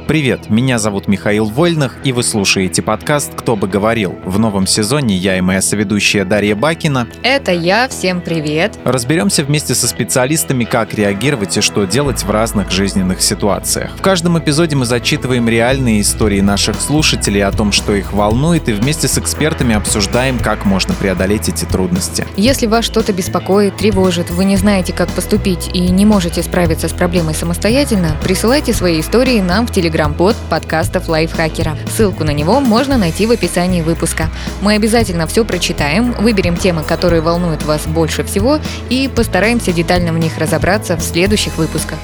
Привет, меня зовут Михаил Вольных, и вы слушаете подкаст «Кто бы говорил». В новом сезоне я и моя соведущая Дарья Бакина. Это я, всем привет. Разберемся вместе со специалистами, как реагировать и что делать в разных жизненных ситуациях. В каждом эпизоде мы зачитываем реальные истории наших слушателей о том, что их волнует, и вместе с экспертами обсуждаем, как можно преодолеть эти трудности. Если вас что-то беспокоит, тревожит, вы не знаете, как поступить и не можете справиться с проблемой самостоятельно, присылайте свои истории нам в Телеграм-бот подкастов Лайфхакера. Ссылку на него можно найти в описании выпуска. Мы обязательно все прочитаем, выберем темы, которые волнуют вас больше всего, и постараемся детально в них разобраться в следующих выпусках.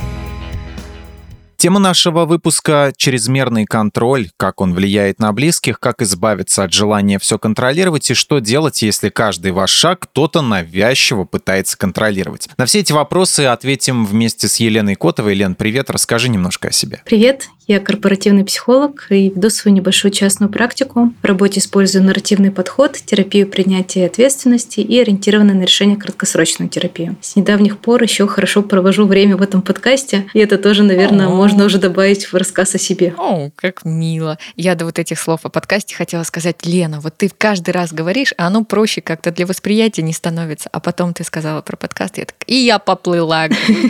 Тема нашего выпуска — чрезмерный контроль, как он влияет на близких, как избавиться от желания все контролировать и что делать, если каждый ваш шаг кто-то навязчиво пытается контролировать. На все эти вопросы ответим вместе с Еленой Котовой. Лен, привет, расскажи немножко о себе. Привет, я корпоративный психолог и веду свою небольшую частную практику. В работе использую нарративный подход, терапию принятия ответственности и ориентированную на решение краткосрочную терапию. С недавних пор еще хорошо провожу время в этом подкасте, и это тоже, наверное, можно уже добавить в рассказ о себе. О, как мило. Я до вот этих слов о подкасте хотела сказать: Лена, вот ты каждый раз говоришь, а оно проще как-то для восприятия не становится. А потом ты сказала про подкаст, и я поплыла.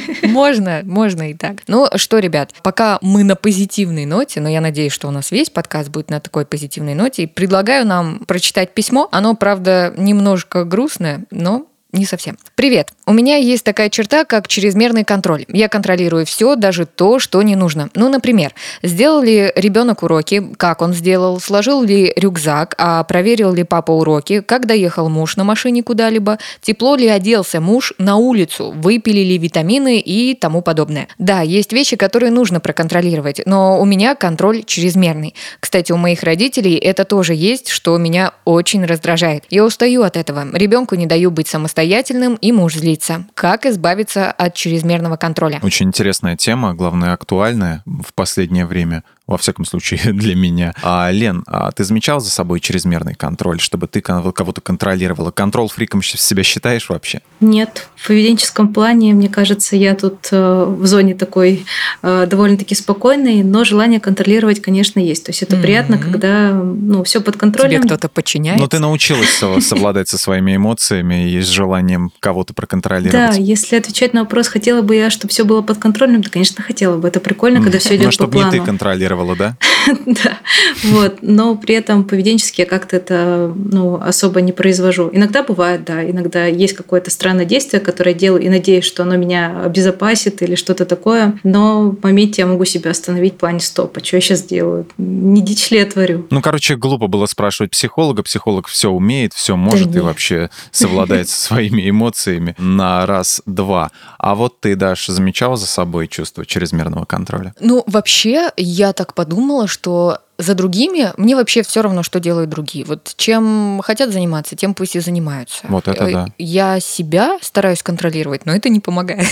Можно и так. Ну что, ребят, пока мы на позитивной ноте, но я надеюсь, что у нас весь подкаст будет на такой позитивной ноте, предлагаю нам прочитать письмо. Оно, правда, немножко грустное, но не совсем. Привет. У меня есть такая черта, как чрезмерный контроль. Я контролирую все, даже то, что не нужно. Ну, например, сделал ли ребенок уроки, как он сделал, сложил ли рюкзак, а проверил ли папа уроки, как доехал муж на машине куда-либо, тепло ли оделся муж на улицу, выпили ли витамины и тому подобное. Да, есть вещи, которые нужно проконтролировать, но у меня контроль чрезмерный. Кстати, у моих родителей это тоже есть, что меня очень раздражает. Я устаю от этого. Ребенку не даю быть самостоятельным, и муж злится. Как избавиться от чрезмерного контроля? Очень интересная тема, главное, актуальная в последнее время. Во всяком случае, для меня. Лен, ты замечала за собой чрезмерный контроль, чтобы ты кого-то контролировала? Контрол-фриком себя считаешь вообще? Нет. В поведенческом плане, мне кажется, я тут в зоне такой довольно-таки спокойной, но желание контролировать, конечно, есть. То есть это приятно, когда все под контролем. Тебе кто-то подчиняется? Но ты научилась совладать со своими эмоциями и с желанием кого-то проконтролировать. Да, если отвечать на вопрос, хотела бы я, чтобы все было под контролем, то, конечно, хотела бы. Это прикольно, когда все идет по плану. Но чтобы не ты контролировала, да? Да, вот. Но при этом поведенчески я как-то это особо не произвожу. Иногда бывает, да, иногда есть какое-то странное действие, которое я делаю, и надеюсь, что оно меня обезопасит или что-то такое. Но в моменте я могу себя остановить в плане: стоп, а что я сейчас делаю? Не дичь ли я творю? Короче, глупо было спрашивать психолога. Психолог все умеет, все может, и вообще совладает со своими эмоциями на раз-два. А вот ты, Даша, замечала за собой чувство чрезмерного контроля? Вообще, я так подумала, что за другими мне вообще все равно, что делают другие. Вот чем хотят заниматься, тем пусть и занимаются. Вот это да. Я себя стараюсь контролировать, но это не помогает.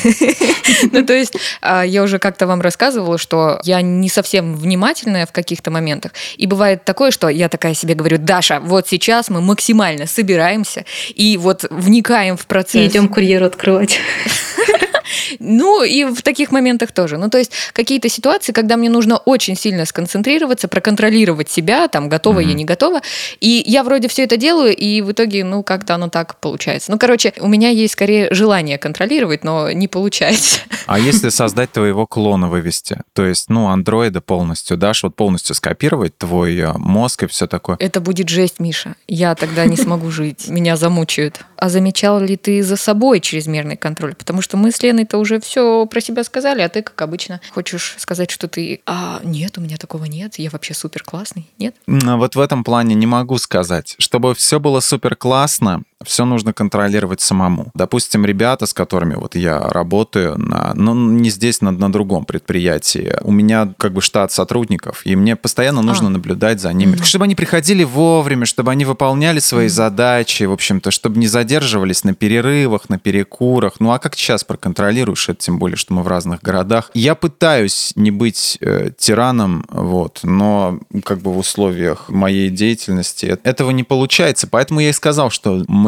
То есть я уже как-то вам рассказывала, что я не совсем внимательная в каких-то моментах. И бывает такое, что я такая себе говорю: Даша, вот сейчас мы максимально собираемся и вот вникаем в процесс. И идем курьеру открывать. И в таких моментах тоже. То есть какие-то ситуации, когда мне нужно очень сильно сконцентрироваться, проконтролировать себя, там, готова я, не готова. И я вроде все это делаю, и в итоге, как-то оно так получается. У меня есть скорее желание контролировать, но не получается. А если создать твоего клона, вывести? То есть, андроида полностью, дашь, полностью скопировать твой мозг и все такое? Это будет жесть, Миша. Я тогда не смогу жить. Меня замучают. А замечал ли ты за собой чрезмерный контроль? Потому что мы с Леной-то уже все про себя сказали, а ты, как обычно, хочешь сказать, что ты... Нет, у меня такого нет, я вообще супер классный, нет? Вот в этом плане не могу сказать. Чтобы все было супер классно, все нужно контролировать самому. Допустим, ребята, с которыми я работаю, не здесь, на другом предприятии, у меня штат сотрудников, и мне постоянно нужно наблюдать за ними. Чтобы они приходили вовремя, чтобы они выполняли свои задачи, в общем-то, чтобы не задерживались на перерывах, на перекурах. А как сейчас проконтролируешь это, тем более, что мы в разных городах? Я пытаюсь не быть тираном, но в условиях моей деятельности этого не получается. Поэтому я и сказал, что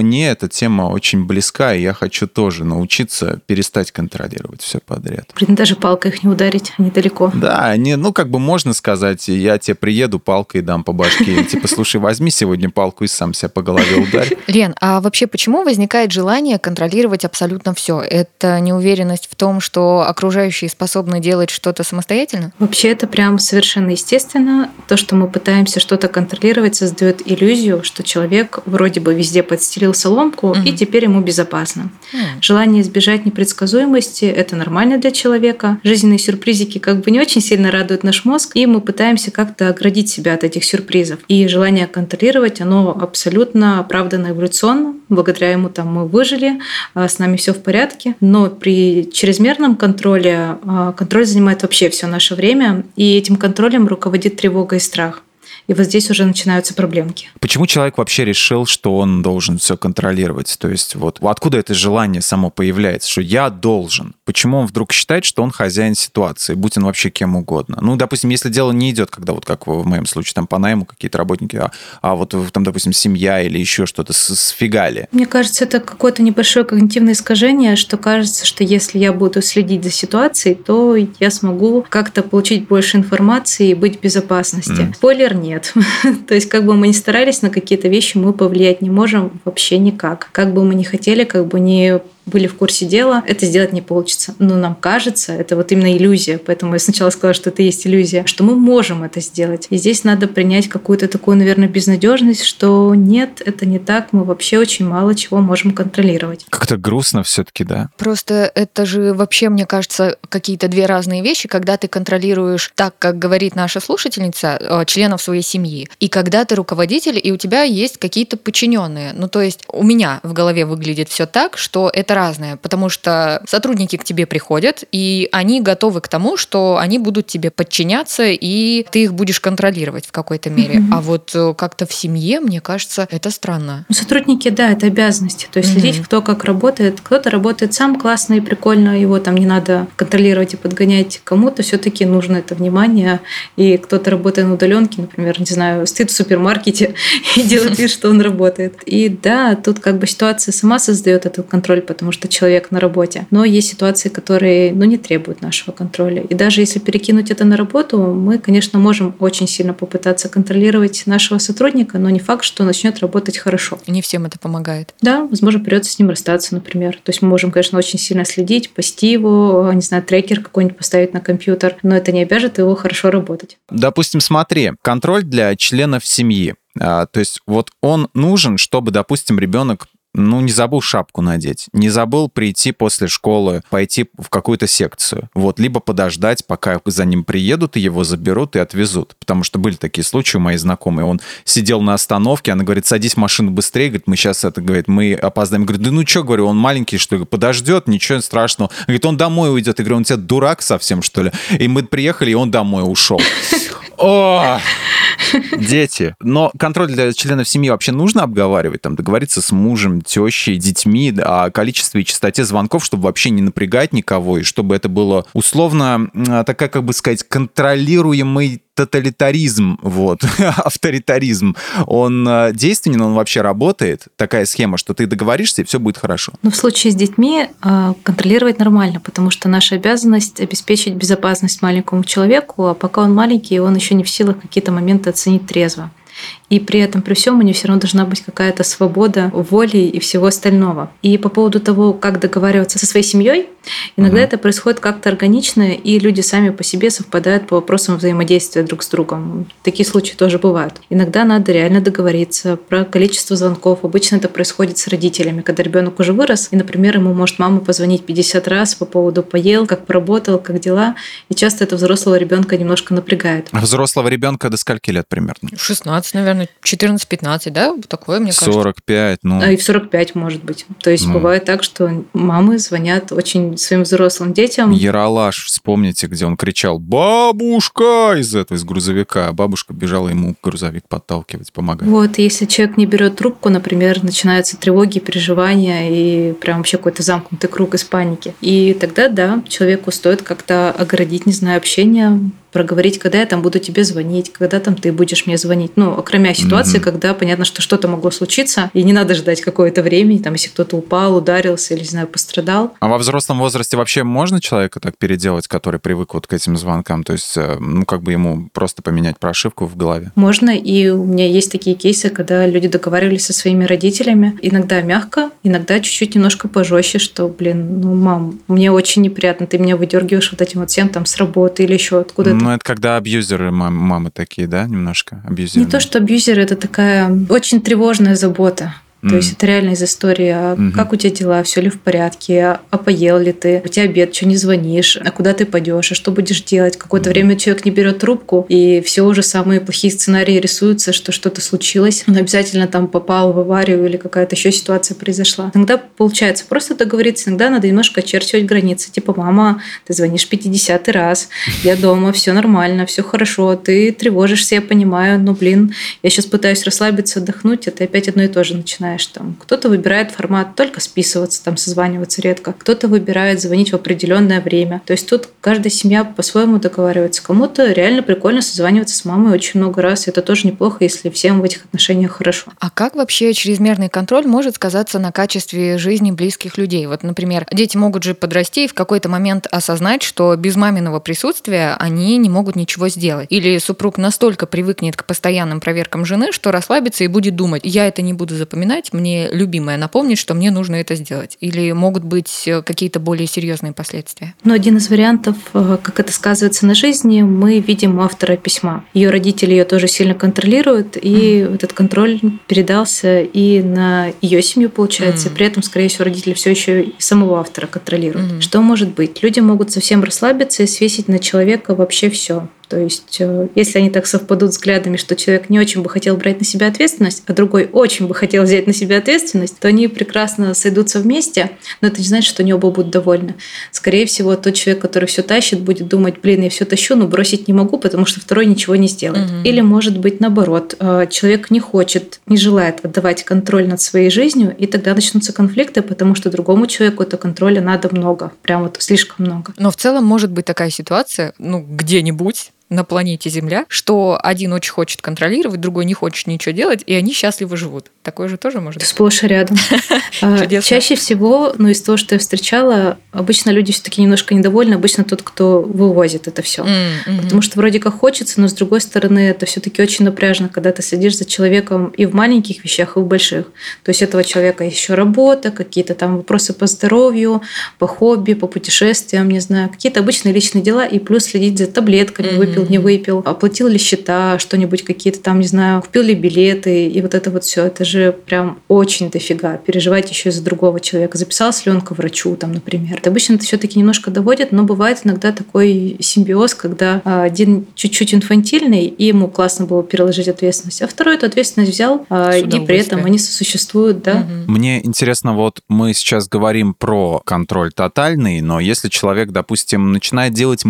мне эта тема очень близка, и я хочу тоже научиться перестать контролировать все подряд. Блин, даже палкой их не ударить, они далеко. Да, можно сказать, я тебе приеду, палкой дам по башке. Типа, слушай, возьми сегодня палку и сам себя по голове ударь. Лен, а вообще почему возникает желание контролировать абсолютно все? Это неуверенность в том, что окружающие способны делать что-то самостоятельно? Вообще это прям совершенно естественно. То, что мы пытаемся что-то контролировать, создает иллюзию, что человек вроде бы везде подстелил соломку, и теперь ему безопасно. Желание избежать непредсказуемости – это нормально для человека. Жизненные сюрпризики как бы не очень сильно радуют наш мозг, и мы пытаемся как-то оградить себя от этих сюрпризов. И желание контролировать, оно абсолютно оправдано эволюционно. Благодаря ему мы выжили, с нами все в порядке. Но при чрезмерном контроле контроль занимает вообще все наше время, и этим контролем руководит тревога и страх. И вот здесь уже начинаются проблемки. Почему человек вообще решил, что он должен все контролировать? То есть откуда это желание само появляется, что я должен? Почему он вдруг считает, что он хозяин ситуации, будь он вообще кем угодно? Допустим, если дело не идет, когда как в моем случае, по найму какие-то работники, допустим, семья или еще что-то сфигали. Мне кажется, это какое-то небольшое когнитивное искажение, что кажется, что если я буду следить за ситуацией, то я смогу как-то получить больше информации и быть в безопасности. Спойлер, нет. То есть, как бы мы ни старались, на какие-то вещи мы повлиять не можем вообще никак. Как бы мы ни хотели, как бы ни были в курсе дела, это сделать не получится. Но нам кажется, это именно иллюзия, поэтому я сначала сказала, что это есть иллюзия, что мы можем это сделать. И здесь надо принять какую-то такую, наверное, безнадежность, что нет, это не так, мы вообще очень мало чего можем контролировать. Как-то грустно все-таки, да? Просто это же вообще, мне кажется, какие-то две разные вещи, когда ты контролируешь так, как говорит наша слушательница, членов своей семьи, и когда ты руководитель, и у тебя есть какие-то подчиненные. То есть у меня в голове выглядит все так, что это разное, потому что сотрудники к тебе приходят, и они готовы к тому, что они будут тебе подчиняться, и ты их будешь контролировать в какой-то мере. А вот как-то в семье, мне кажется, это странно. Сотрудники, да, это обязанности. То есть следить, кто как работает. Кто-то работает сам классно и прикольно, его не надо контролировать и подгонять. Кому-то все-таки нужно это внимание, и кто-то работает на удаленке, например, не знаю, стоит в супермаркете и делает вид, что он работает. И да, тут ситуация сама создает этот контроль, потому что человек на работе. Но есть ситуации, которые не требуют нашего контроля. И даже если перекинуть это на работу, мы, конечно, можем очень сильно попытаться контролировать нашего сотрудника, но не факт, что он начнет работать хорошо. Не всем это помогает. Да, возможно, придется с ним расстаться, например. То есть мы можем, конечно, очень сильно следить, пасти его, не знаю, трекер какой-нибудь поставить на компьютер, но это не обяжет его хорошо работать. Допустим, смотри, контроль для членов семьи. То есть он нужен, чтобы, допустим, ребенок не забыл шапку надеть, не забыл прийти после школы, пойти в какую-то секцию. Либо подождать, пока за ним приедут, и его заберут и отвезут. Потому что были такие случаи у моей знакомой. Он сидел на остановке, она говорит, садись в машину быстрее, говорит, мы сейчас мы опоздаем. Говорит, да что, говорю, он маленький, что ли, подождет, ничего страшного. Говорит, он домой уйдет. Я говорю, он тебя дурак совсем, что ли? И мы приехали, и он домой ушел. О, дети. Но контроль для членов семьи вообще нужно обговаривать, договориться с мужем, тещей, детьми о количестве и частоте звонков, чтобы вообще не напрягать никого, и чтобы это было условно такая, контролируемый тоталитаризм, авторитаризм. Он действенен, он вообще работает, такая схема, что ты договоришься, и все будет хорошо. Но в случае с детьми контролировать нормально, потому что наша обязанность обеспечить безопасность маленькому человеку, а пока он маленький, он еще не в силах какие-то моменты оценить трезво. И при этом, при всем, у нее все равно должна быть какая-то свобода воли и всего остального. И по поводу того, как договариваться со своей семьей, иногда это происходит как-то органично, и люди сами по себе совпадают по вопросам взаимодействия друг с другом. Такие случаи тоже бывают. Иногда надо реально договориться про количество звонков. Обычно это происходит с родителями, когда ребенок уже вырос, и, например, ему может мама позвонить 50 раз по поводу поел, как поработал, как дела. И часто это взрослого ребенка немножко напрягает. А взрослого ребенка до скольки лет примерно? 16, наверное, 14-15, да? Такое, мне кажется. 45, и в 45, может быть. То есть бывает так, что мамы звонят очень своим взрослым детям. Ералаш, вспомните, где он кричал «Бабушка!» из грузовика, а бабушка бежала ему грузовик подталкивать, помогать. Если человек не берет трубку, например, начинаются тревоги, переживания и прям вообще какой-то замкнутый круг из паники. И тогда, да, человеку стоит как-то оградить, не знаю, общение, проговорить, когда я там буду тебе звонить, когда там ты будешь мне звонить. Ну, окромя ситуации, когда понятно, что что-то могло случиться, и не надо ждать какое-то время, там, если кто-то упал, ударился или, не знаю, пострадал. А во взрослом возрасте вообще можно человека так переделать, который привык вот к этим звонкам? То есть, ну, как бы ему просто поменять прошивку в голове? Можно, и у меня есть такие кейсы, когда люди договаривались со своими родителями, иногда мягко, иногда чуть-чуть немножко пожестче, что, блин, ну, мам, мне очень неприятно, ты меня выдергиваешь вот этим вот всем там с работы или еще откуда-то. Ну, это когда абьюзеры мамы такие, да, немножко абьюзеры? Не то, что абьюзеры, это такая очень тревожная забота. То есть это реально из истории, как у тебя дела, все ли в порядке, а поел ли ты, у тебя обед, что не звонишь, а куда ты пойдешь, а что будешь делать. Какое-то время человек не берет трубку, и все уже самые плохие сценарии рисуются, что что-то случилось. Он обязательно там попал в аварию или какая-то еще ситуация произошла. Иногда получается просто договориться, иногда надо немножко очерчивать границы. Типа, мама, ты звонишь 50-й раз, я дома, все нормально, все хорошо, ты тревожишься, я понимаю, но, блин, я сейчас пытаюсь расслабиться, отдохнуть, а ты опять одно и то же начинаешь. Там, кто-то выбирает формат только списываться, там, созваниваться редко, кто-то выбирает звонить в определенное время. То есть тут каждая семья по-своему договаривается. Кому-то реально прикольно созваниваться с мамой очень много раз. Это тоже неплохо, если всем в этих отношениях хорошо. А как вообще чрезмерный контроль может сказаться на качестве жизни близких людей? Вот, например, дети могут же подрасти и в какой-то момент осознать, что без маминого присутствия они не могут ничего сделать. Или супруг настолько привыкнет к постоянным проверкам жены, что расслабится и будет думать: я это не буду запоминать, мне любимая напомнит, что мне нужно это сделать. Или могут быть какие-то более серьезные последствия? Но один из вариантов, как это сказывается на жизни, мы видим у автора письма. Ее родители ее тоже сильно контролируют, и этот контроль передался и на ее семью, получается, и при этом, скорее всего, родители все еще и самого автора контролируют. Что может быть? Люди могут совсем расслабиться и свесить на человека вообще все. То есть, если они так совпадут взглядами, что человек не очень бы хотел брать на себя ответственность, а другой очень бы хотел взять на себя ответственность, то они прекрасно сойдутся вместе, но это не значит, что они оба будут довольны. Скорее всего, тот человек, который все тащит, будет думать: блин, я все тащу, но бросить не могу, потому что второй ничего не сделает. Или, может быть, наоборот, человек не хочет, не желает отдавать контроль над своей жизнью, и тогда начнутся конфликты, потому что другому человеку этого контроля надо много, прям вот слишком много. Но в целом может быть такая ситуация, где-нибудь на планете Земля, что один очень хочет контролировать, другой не хочет ничего делать, и они счастливо живут. Такое же тоже может быть? Сплошь и рядом. Чаще всего, из того, что я встречала, обычно люди все-таки немножко недовольны, обычно тот, кто вывозит это все. Потому что вроде как хочется, но с другой стороны, это все-таки очень напряжно, когда ты следишь за человеком и в маленьких вещах, и в больших. То есть этого человека еще работа, какие-то там вопросы по здоровью, по хобби, по путешествиям, не знаю, какие-то обычные личные дела, и плюс следить за таблетками, выпил, не выпил, оплатил ли счета, что-нибудь какие-то там, не знаю, купил ли билеты, и вот это вот все. Это же прям очень дофига. Переживать еще из-за другого человека. Записался ли он к врачу, там, например. Это обычно это все-таки немножко доводит, но бывает иногда такой симбиоз, когда один чуть-чуть инфантильный, и ему классно было переложить ответственность, а второй эту ответственность взял, и при этом они сосуществуют, да. Мне интересно, вот мы сейчас говорим про контроль тотальный, но если человек, допустим, начинает делать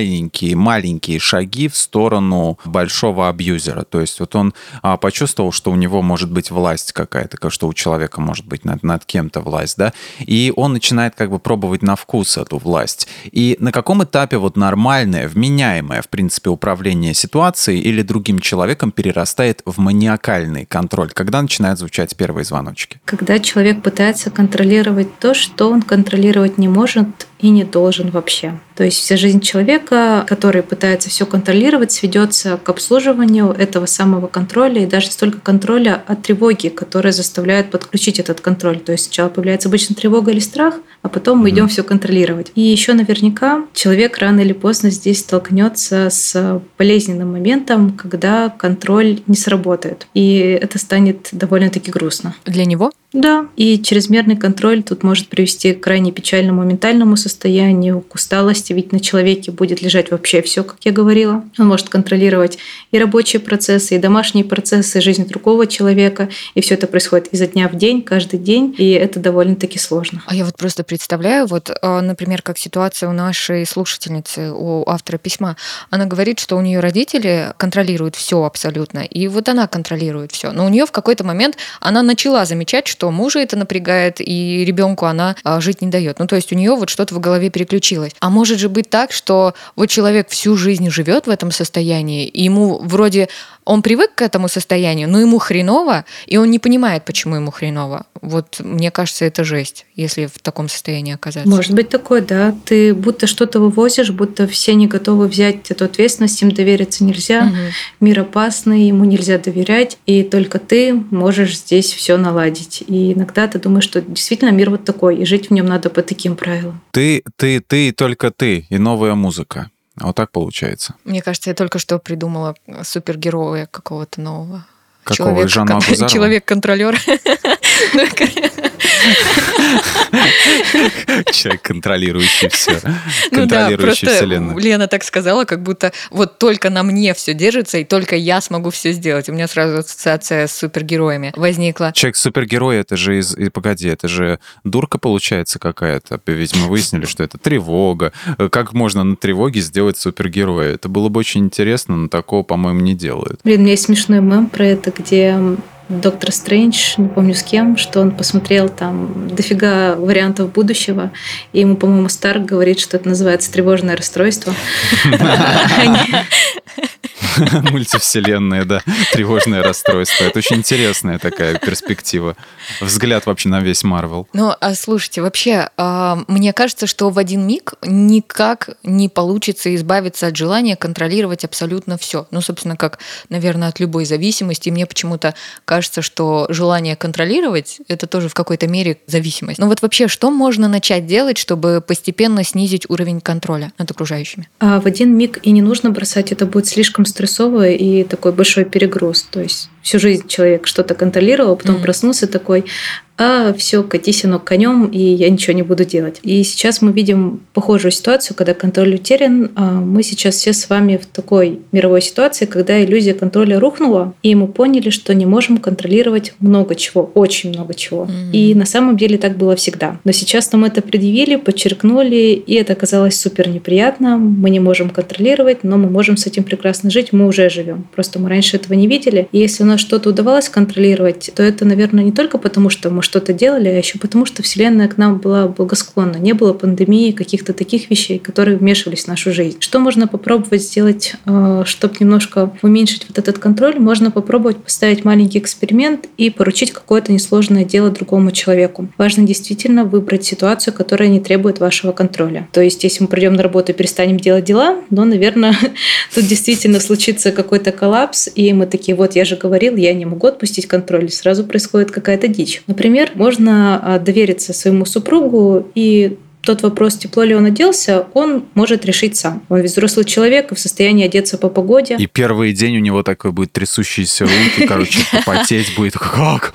маленькие шаги в сторону большого абьюзера, то есть вот он почувствовал, что у него может быть власть какая-то, что у человека может быть над кем-то власть, да, и он начинает как бы пробовать на вкус эту власть. И на каком этапе вот нормальное, вменяемое, в принципе, управление ситуацией или другим человеком перерастает в маниакальный контроль? Когда начинают звучать первые звоночки? Когда человек пытается контролировать то, что он контролировать не может и не должен вообще. То есть вся жизнь человека, который пытается все контролировать, сведется к обслуживанию этого самого контроля, и даже не столько контроля, а тревоги, которые заставляют подключить этот контроль. То есть сначала появляется обычно тревога или страх, а потом мы идем все контролировать. И еще наверняка человек рано или поздно здесь столкнется с болезненным моментом, когда контроль не сработает. И это станет довольно-таки грустно. Для него? Да. И чрезмерный контроль тут может привести к крайне печальному ментальному состоянию, к усталости, ведь на человеке будет лежать вообще все, как я говорила. Он может контролировать и рабочие процессы, и домашние процессы, и жизнь другого человека. И все это происходит изо дня в день, каждый день, и это довольно-таки сложно. А я вот просто представляю, например, как ситуация у нашей слушательницы, у автора письма. Она говорит, что у нее родители контролируют все абсолютно, и вот она контролирует все. Но у нее в какой-то момент она начала замечать, что что мужа это напрягает, и ребенку она жить не дает. Ну, то есть у нее вот что-то в голове переключилось. А может же быть так, что вот человек всю жизнь живет в этом состоянии, и ему вроде он привык к этому состоянию, но ему хреново, и он не понимает, почему ему хреново. Вот мне кажется, это жесть, если в таком состоянии оказаться. Может быть такое, да. Ты будто что-то вывозишь, будто все не готовы взять эту ответственность, им довериться нельзя. Угу. Мир опасный, ему нельзя доверять, и только ты можешь здесь все наладить. И иногда ты думаешь, что действительно мир вот такой, и жить в нем надо по таким правилам. Ты, и только ты, и новая музыка. Вот так получается. Мне кажется, я только что придумала супергероя какого-то нового. Какого? Жанна Агузарова? Человек-контролер. Человек, контролирующий все. Ну да, Контролирующий просто вселенную. Лена так сказала, как будто вот только на мне все держится, и только я смогу все сделать. У меня сразу ассоциация с супергероями возникла. Человек-супергерой, это же погоди, это же дурка получается какая-то. Ведь мы выяснили, что это тревога. Как можно на тревоге сделать супергероя? Это было бы очень интересно, но такого, по-моему, не делают. Блин, у меня есть смешной мем про это, где Доктор Стрэндж, не помню с кем, что он посмотрел там дофига вариантов будущего, и ему, по-моему, Старк говорит, что это называется тревожное расстройство. Мультивселенная, да, тревожное расстройство. Это очень интересная такая перспектива. Взгляд вообще на весь Марвел. Ну, а слушайте, вообще, мне кажется, что в один миг никак не получится избавиться от желания контролировать абсолютно все. Ну, собственно, как, наверное, от любой зависимости. И мне почему-то кажется, что желание контролировать – это тоже в какой-то мере зависимость. Ну вот вообще, что можно начать делать, чтобы постепенно снизить уровень контроля над окружающими? А в один миг и не нужно бросать, это будет слишком стрессово и такой большой перегруз. То есть всю жизнь человек что-то контролировал, потом проснулся такой: а все, катись оно конем, и я ничего не буду делать. И сейчас мы видим похожую ситуацию, когда контроль утерян. Мы сейчас все с вами в такой мировой ситуации, когда иллюзия контроля рухнула, и мы поняли, что не можем контролировать много чего, очень много чего. И на самом деле так было всегда. Но сейчас нам это предъявили, подчеркнули, и это оказалось супер неприятно. Мы не можем контролировать, но мы можем с этим прекрасно жить, мы уже живем. Просто мы раньше этого не видели. И если у нас что-то удавалось контролировать, то это, наверное, не только потому, что мы что-то делали, а еще потому, что Вселенная к нам была благосклонна. Не было пандемии, каких-то таких вещей, которые вмешивались в нашу жизнь. Что можно попробовать сделать, чтобы немножко уменьшить вот этот контроль? Можно попробовать поставить маленький эксперимент и поручить какое-то несложное дело другому человеку. Важно действительно выбрать ситуацию, которая не требует вашего контроля. То есть, если мы придем на работу и перестанем делать дела, но, наверное, тут действительно случится какой-то коллапс, и мы такие: вот, я же говорил, я не могу отпустить контроль, и сразу происходит какая-то дичь. Например, можно довериться своему супругу, и тот вопрос, тепло ли он оделся, он может решить сам. Он ведь взрослый человек и в состоянии одеться по погоде. И первый день у него такой будет трясущиеся руки, короче, потеть будет. Как?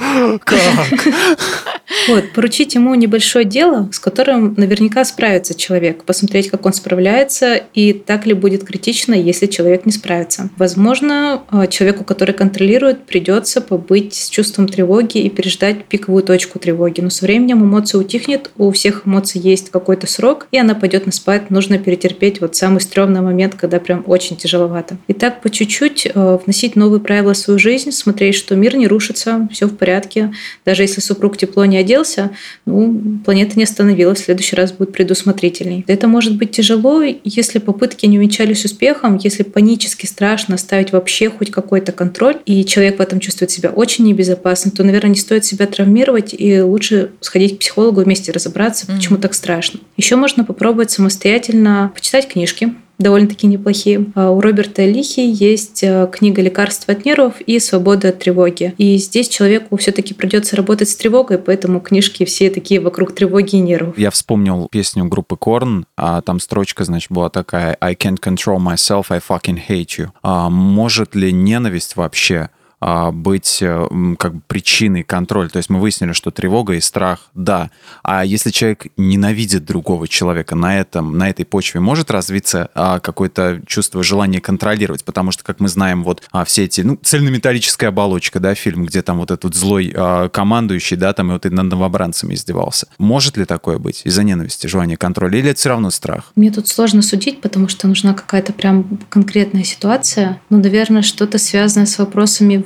Вот, поручить ему небольшое дело, с которым наверняка справится человек, посмотреть, как он справляется, и так ли будет критично, если человек не справится. Возможно, человеку, который контролирует, придется побыть с чувством тревоги и переждать пиковую точку тревоги. Но со временем эмоция утихнет, у всех эмоций есть какой-то срок, и она пойдет на спад. Нужно перетерпеть вот самый стрёмный момент, когда прям очень тяжеловато. И так по чуть-чуть вносить новые правила в свою жизнь, смотреть, что мир не рушится, все в порядке. Даже если супруг тепло не оделся, планета не остановилась, в следующий раз будет предусмотрительней. Это может быть тяжело, если попытки не увенчались успехом, если панически страшно оставить вообще хоть какой-то контроль, и человек в этом чувствует себя очень небезопасно, то, наверное, не стоит себя травмировать, и лучше сходить к психологу, вместе разобраться, почему так страшно. Еще можно попробовать самостоятельно почитать книжки, довольно-таки неплохие. У Роберта Лихи есть книга «Лекарство от нервов» и «Свобода от тревоги». И здесь человеку все-таки придется работать с тревогой, поэтому книжки все такие вокруг тревоги и нервов. Я вспомнил песню группы Korn, а там строчка, значит, была такая: I can't control myself, I fucking hate you. Может ли ненависть вообще быть как бы причиной контроля? То есть мы выяснили, что тревога и страх, да. А если человек ненавидит другого человека, на этой почве может развиться какое-то чувство желания контролировать? Потому что, как мы знаем, вот все эти, цельнометаллическая оболочка, да, фильм, где там вот этот злой командующий, да, там и вот и над новобранцами издевался. Может ли такое быть из-за ненависти, желания контроля? Или это все равно страх? Мне тут сложно судить, потому что нужна какая-то прям конкретная ситуация. Наверное, что-то связанное с вопросами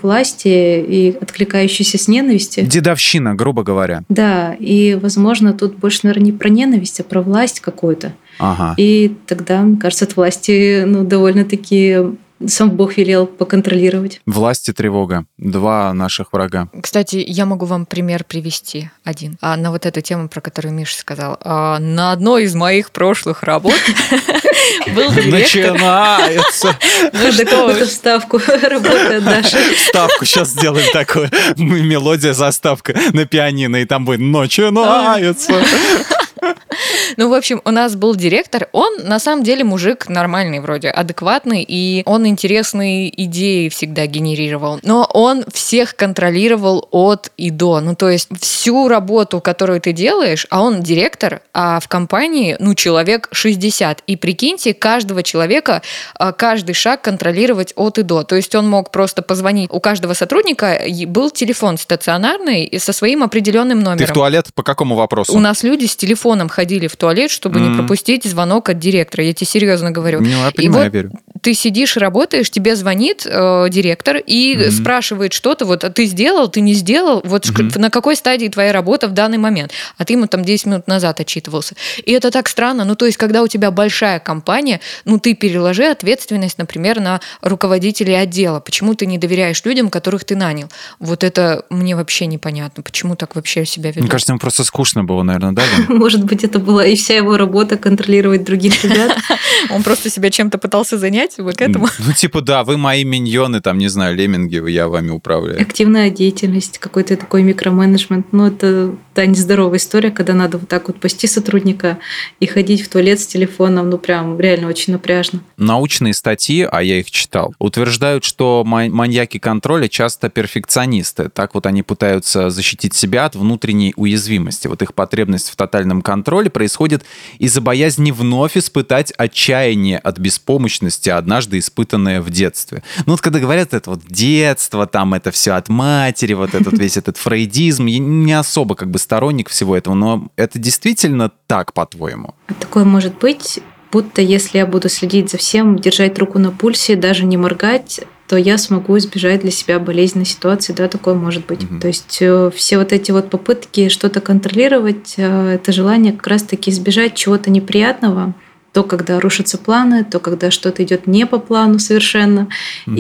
власти и откликающейся с ненависти. Дедовщина, грубо говоря. Да, и, возможно, тут больше, наверное, не про ненависть, а про власть какую-то. Ага. И тогда, мне кажется, от власти довольно-таки сам Бог велел поконтролировать. Власть и тревога. Два наших врага. Кстати, я могу вам пример привести один. На вот эту тему, про которую Миша сказал. На одной из моих прошлых работ был директор. Начинается. Какую-то вставку работы от Даши. Вставку сейчас сделаем такую. Мелодия, заставка на пианино, и там будет «Начинается». Ну, в общем, у нас был директор. Он, на самом деле, мужик нормальный вроде, адекватный, и он интересные идеи всегда генерировал. Но он всех контролировал от и до. Ну, то есть всю работу, которую ты делаешь, а он директор, а в компании, человек 60. И прикиньте, каждого человека, каждый шаг контролировать от и до. То есть он мог просто позвонить. У каждого сотрудника был телефон стационарный со своим определенным номером. Ты в туалет по какому вопросу? У нас люди с телефоном ходили в туалет, чтобы не пропустить звонок от директора. Я тебе серьезно говорю. Я понимаю, я верю. Ты сидишь, работаешь, тебе звонит директор и спрашивает что-то, вот, а ты сделал, ты не сделал, вот на какой стадии твоя работа в данный момент, а ты ему там 10 минут назад отчитывался. И это так странно, то есть, когда у тебя большая компания, ты переложи ответственность, например, на руководителей отдела. Почему ты не доверяешь людям, которых ты нанял? Вот это мне вообще непонятно, почему так вообще себя ведут. Мне кажется, ему просто скучно было, наверное, да? Может быть, это была и вся его работа контролировать других ребят. Он просто себя чем-то пытался занять, вы к этому? Да, вы мои миньоны, там, не знаю, лемминги, я вами управляю. Активная деятельность, какой-то такой микроменеджмент. Это нездоровая история, когда надо вот так вот пасти сотрудника и ходить в туалет с телефоном, прям реально очень напряжно. Научные статьи, а я их читал, утверждают, что маньяки контроля часто перфекционисты. Так вот они пытаются защитить себя от внутренней уязвимости. Вот их потребность в тотальном контроле происходит из-за боязни вновь испытать отчаяние от беспомощности, однажды испытанное в детстве. Когда говорят это детство, там это все от матери, весь этот фрейдизм, я не особо сторонник всего этого, но это действительно так, по-твоему? Такое может быть, будто если я буду следить за всем, держать руку на пульсе, даже не моргать, то я смогу избежать для себя болезненной ситуации, такое может быть. То есть все эти попытки что-то контролировать, это желание как раз-таки избежать чего-то неприятного, то, когда рушатся планы, то, когда что-то идет не по плану совершенно.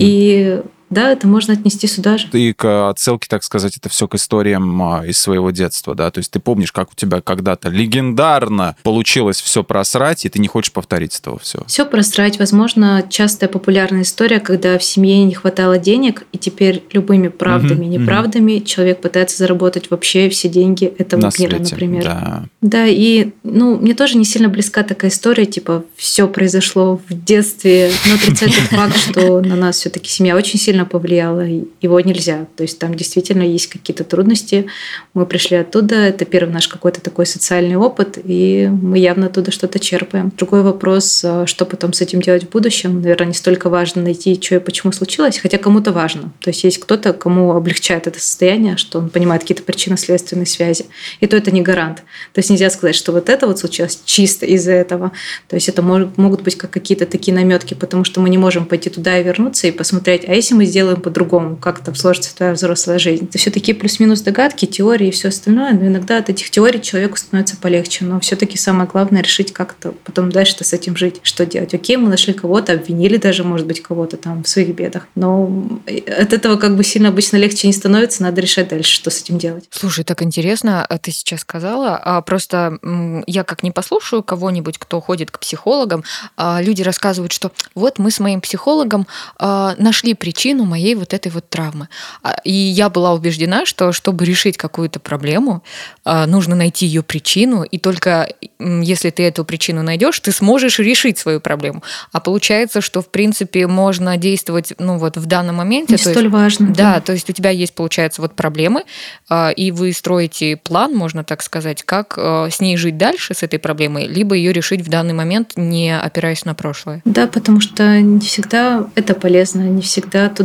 И да, это можно отнести сюда же. И к отсылке, так сказать, это все к историям из своего детства, да? То есть ты помнишь, как у тебя когда-то легендарно получилось все просрать, и ты не хочешь повторить этого все. Все просрать. Возможно, частая популярная история, когда в семье не хватало денег, и теперь любыми правдами и неправдами человек пытается заработать вообще все деньги этого мира, например. Да. Да, и мне тоже не сильно близка такая история, все произошло в детстве, но отрицать тот факт, что на нас все-таки семья очень сильно повлияло, его нельзя. То есть там действительно есть какие-то трудности. Мы пришли оттуда, это первый наш какой-то такой социальный опыт, и мы явно оттуда что-то черпаем. Другой вопрос, что потом с этим делать в будущем. Наверное, не столько важно найти, что и почему случилось, хотя кому-то важно. То есть есть кто-то, кому облегчает это состояние, что он понимает какие-то причинно-следственные связи. И то это не гарант. То есть нельзя сказать, что это случилось чисто из-за этого. То есть это могут быть как какие-то такие наметки, потому что мы не можем пойти туда и вернуться и посмотреть, а если мы сделаем по-другому, как там сложится твоя взрослая жизнь. Это все-таки плюс-минус догадки, теории и все остальное, но иногда от этих теорий человеку становится полегче, но все-таки самое главное решить как-то потом дальше-то с этим жить, что делать. Окей, мы нашли кого-то, обвинили даже, может быть, кого-то там в своих бедах, но от этого сильно обычно легче не становится, надо решать дальше, что с этим делать. Слушай, так интересно, ты сейчас сказала, просто я как не послушаю кого-нибудь, кто ходит к психологам, люди рассказывают, что вот мы с моим психологом нашли причину моей этой травмы. И я была убеждена, что чтобы решить какую-то проблему, нужно найти ее причину, и только если ты эту причину найдешь, ты сможешь решить свою проблему. А получается, что в принципе можно действовать в данном моменте. Не столь важно. Да, то есть у тебя есть, получается, проблемы, и вы строите план, можно так сказать, как с ней жить дальше, с этой проблемой, либо ее решить в данный момент, не опираясь на прошлое. Да, потому что не всегда это полезно, не всегда туда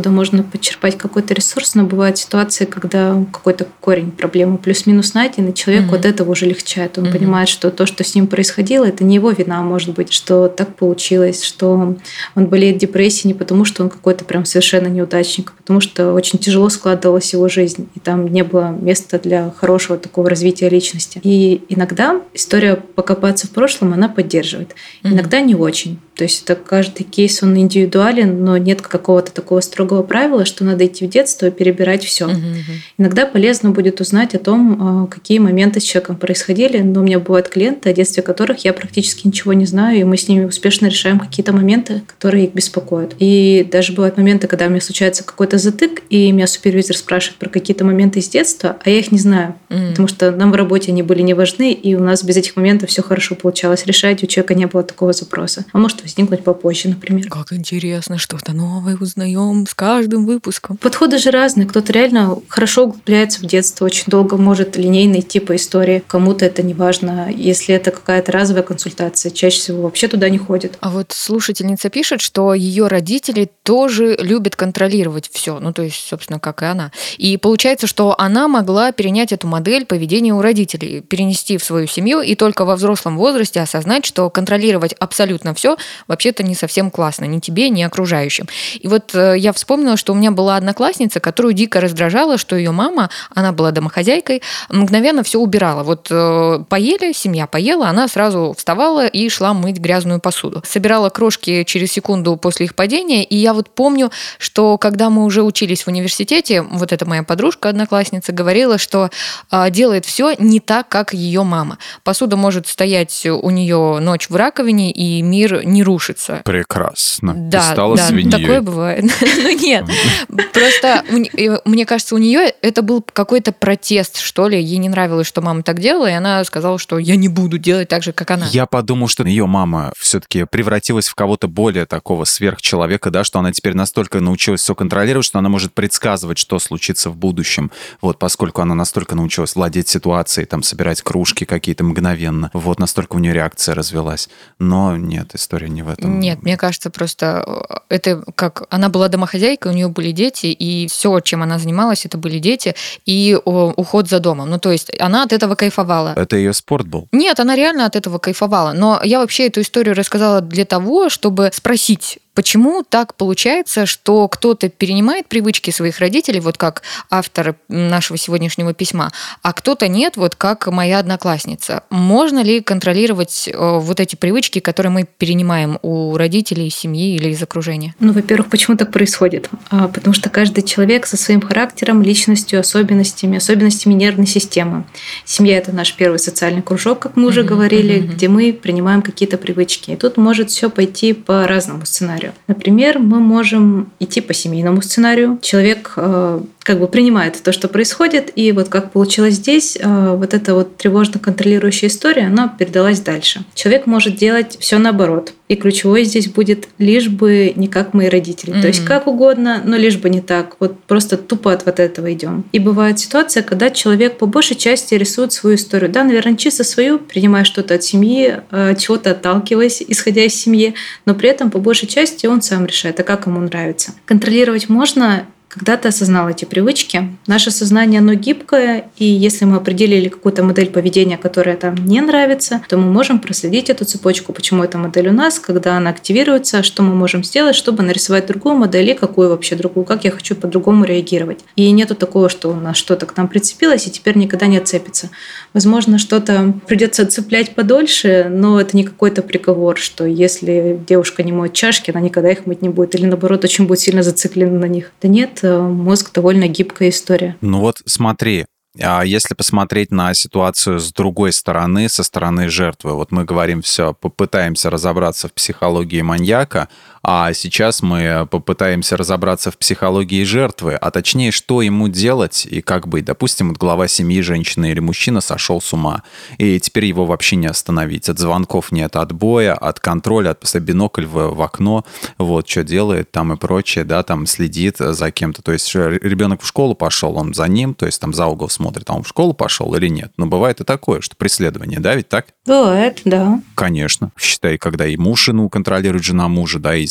оттуда можно подчерпать какой-то ресурс, но бывают ситуации, когда какой-то корень проблемы плюс-минус найден, и человеку от этого уже легчает. Он понимает, что то, что с ним происходило, это не его вина, может быть, что так получилось, что он болеет депрессией не потому, что он какой-то прям совершенно неудачник, а потому что очень тяжело складывалась его жизнь, и там не было места для хорошего такого развития личности. И иногда история покопаться в прошлом, она поддерживает. Иногда не очень. То есть это каждый кейс, он индивидуален, но нет какого-то такого строгого правила, что надо идти в детство и перебирать все. Иногда полезно будет узнать о том, какие моменты с человеком происходили, но у меня бывают клиенты, о детстве которых я практически ничего не знаю, и мы с ними успешно решаем какие-то моменты, которые их беспокоят. И даже бывают моменты, когда у меня случается какой-то затык, и меня супервизор спрашивает про какие-то моменты из детства, а я их не знаю, потому что нам в работе они были не важны, и у нас без этих моментов все хорошо получалось решать, у человека не было такого запроса. А может возникнуть попозже, например. Как интересно, что-то новое узнаем с каждым выпуском. Подходы же разные. Кто-то реально хорошо углубляется в детство, очень долго может линейно идти по истории. Кому-то это не важно. Если это какая-то разовая консультация, чаще всего вообще туда не ходит. А вот слушательница пишет, что ее родители тоже любят контролировать все. Ну, то есть, собственно, как и она. И получается, что она могла перенять эту модель поведения у родителей, перенести в свою семью и только во взрослом возрасте осознать, что контролировать абсолютно все вообще-то не совсем классно ни тебе, ни окружающим. И вот я вспомнила, что у меня была одноклассница, которую дико раздражало, что ее мама, она была домохозяйкой, мгновенно все убирала. Вот поели, семья поела, она сразу вставала и шла мыть грязную посуду. Собирала крошки через секунду после их падения, и я вот помню, что когда мы уже учились в университете, вот эта моя подружка, одноклассница, говорила, что делает все не так, как ее мама. Посуда может стоять у нее ночь в раковине, и мир не рушится. Прекрасно. Да, И стала свиньей. такое бывает. Ну нет, просто мне кажется, у нее это был какой-то протест, что ли. Ей не нравилось, что мама так делала, и она сказала, что я не буду делать так же, как она. Я подумал, что ее мама все-таки превратилась в кого-то более такого сверхчеловека, да, что она теперь настолько научилась все контролировать, что она может предсказывать, что случится в будущем. Вот, поскольку она настолько научилась владеть ситуацией, там, собирать кружки какие-то мгновенно. Вот, настолько у нее реакция развелась. Но нет, история не в этом. Нет, мне кажется, просто это как она была домохозяйкой, у нее были дети, и все, чем она занималась, это были дети и уход за домом. Ну, то есть она от этого кайфовала. Это ее спорт был? Нет, она реально от этого кайфовала. Но я вообще эту историю рассказала для того, чтобы спросить, почему так получается, что кто-то перенимает привычки своих родителей, вот как автор нашего сегодняшнего письма, а кто-то нет, вот как моя одноклассница. Можно ли контролировать вот эти привычки, которые мы перенимаем у родителей, семьи или из окружения? Ну, во-первых, почему так происходит? Потому что каждый человек со своим характером, личностью, особенностями нервной системы. Семья – это наш первый социальный кружок, как мы уже говорили, где мы принимаем какие-то привычки. И тут может все пойти по разному сценарию. Например, мы можем идти по семейному сценарию. Человек как бы принимает то, что происходит, и вот как получилось здесь, вот эта вот тревожно-контролирующая история, она передалась дальше. Человек может делать все наоборот. И ключевое здесь будет лишь бы не как мои родители. То есть как угодно, но лишь бы не так. Вот просто тупо от вот этого идем. И бывает ситуация, когда человек по большей части рисует свою историю. Да, наверное, чисто свою, принимая что-то от семьи, чего-то отталкиваясь, исходя из семьи, но при этом по большей части он сам решает, а как ему нравится. Контролировать можно, когда ты осознал эти привычки. Наше сознание, оно гибкое, и если мы определили какую-то модель поведения, которая там не нравится, то мы можем проследить эту цепочку, почему эта модель у нас, когда она активируется, что мы можем сделать, чтобы нарисовать другую модель, и какую вообще другую, как я хочу по-другому реагировать. И нету такого, что у нас что-то к нам прицепилось, и теперь никогда не отцепится. Возможно, что-то придется отцеплять подольше, но это не какой-то приговор, что если девушка не моет чашки, она никогда их мыть не будет, или наоборот, очень будет сильно зациклена на них. Да нет, мозг довольно гибкая история. Ну вот смотри, а если посмотреть на ситуацию с другой стороны, со стороны жертвы, вот мы говорим все, попытаемся разобраться в психологии маньяка, а сейчас мы попытаемся разобраться в психологии жертвы, а точнее, что ему делать и как быть. Допустим, вот глава семьи, женщина или мужчина, сошел с ума, и теперь его вообще не остановить. От звонков нет, от боя, от контроля, от бинокль в окно, вот, что делает там и прочее, да, там следит за кем-то. То есть ребенок в школу пошел, он за ним, то есть там за угол смотрит, а он в школу пошел или нет. Но бывает и такое, что преследование, да, ведь так? Бывает, да. Конечно. Считай, когда и муж жену контролирует, жена мужа, да, и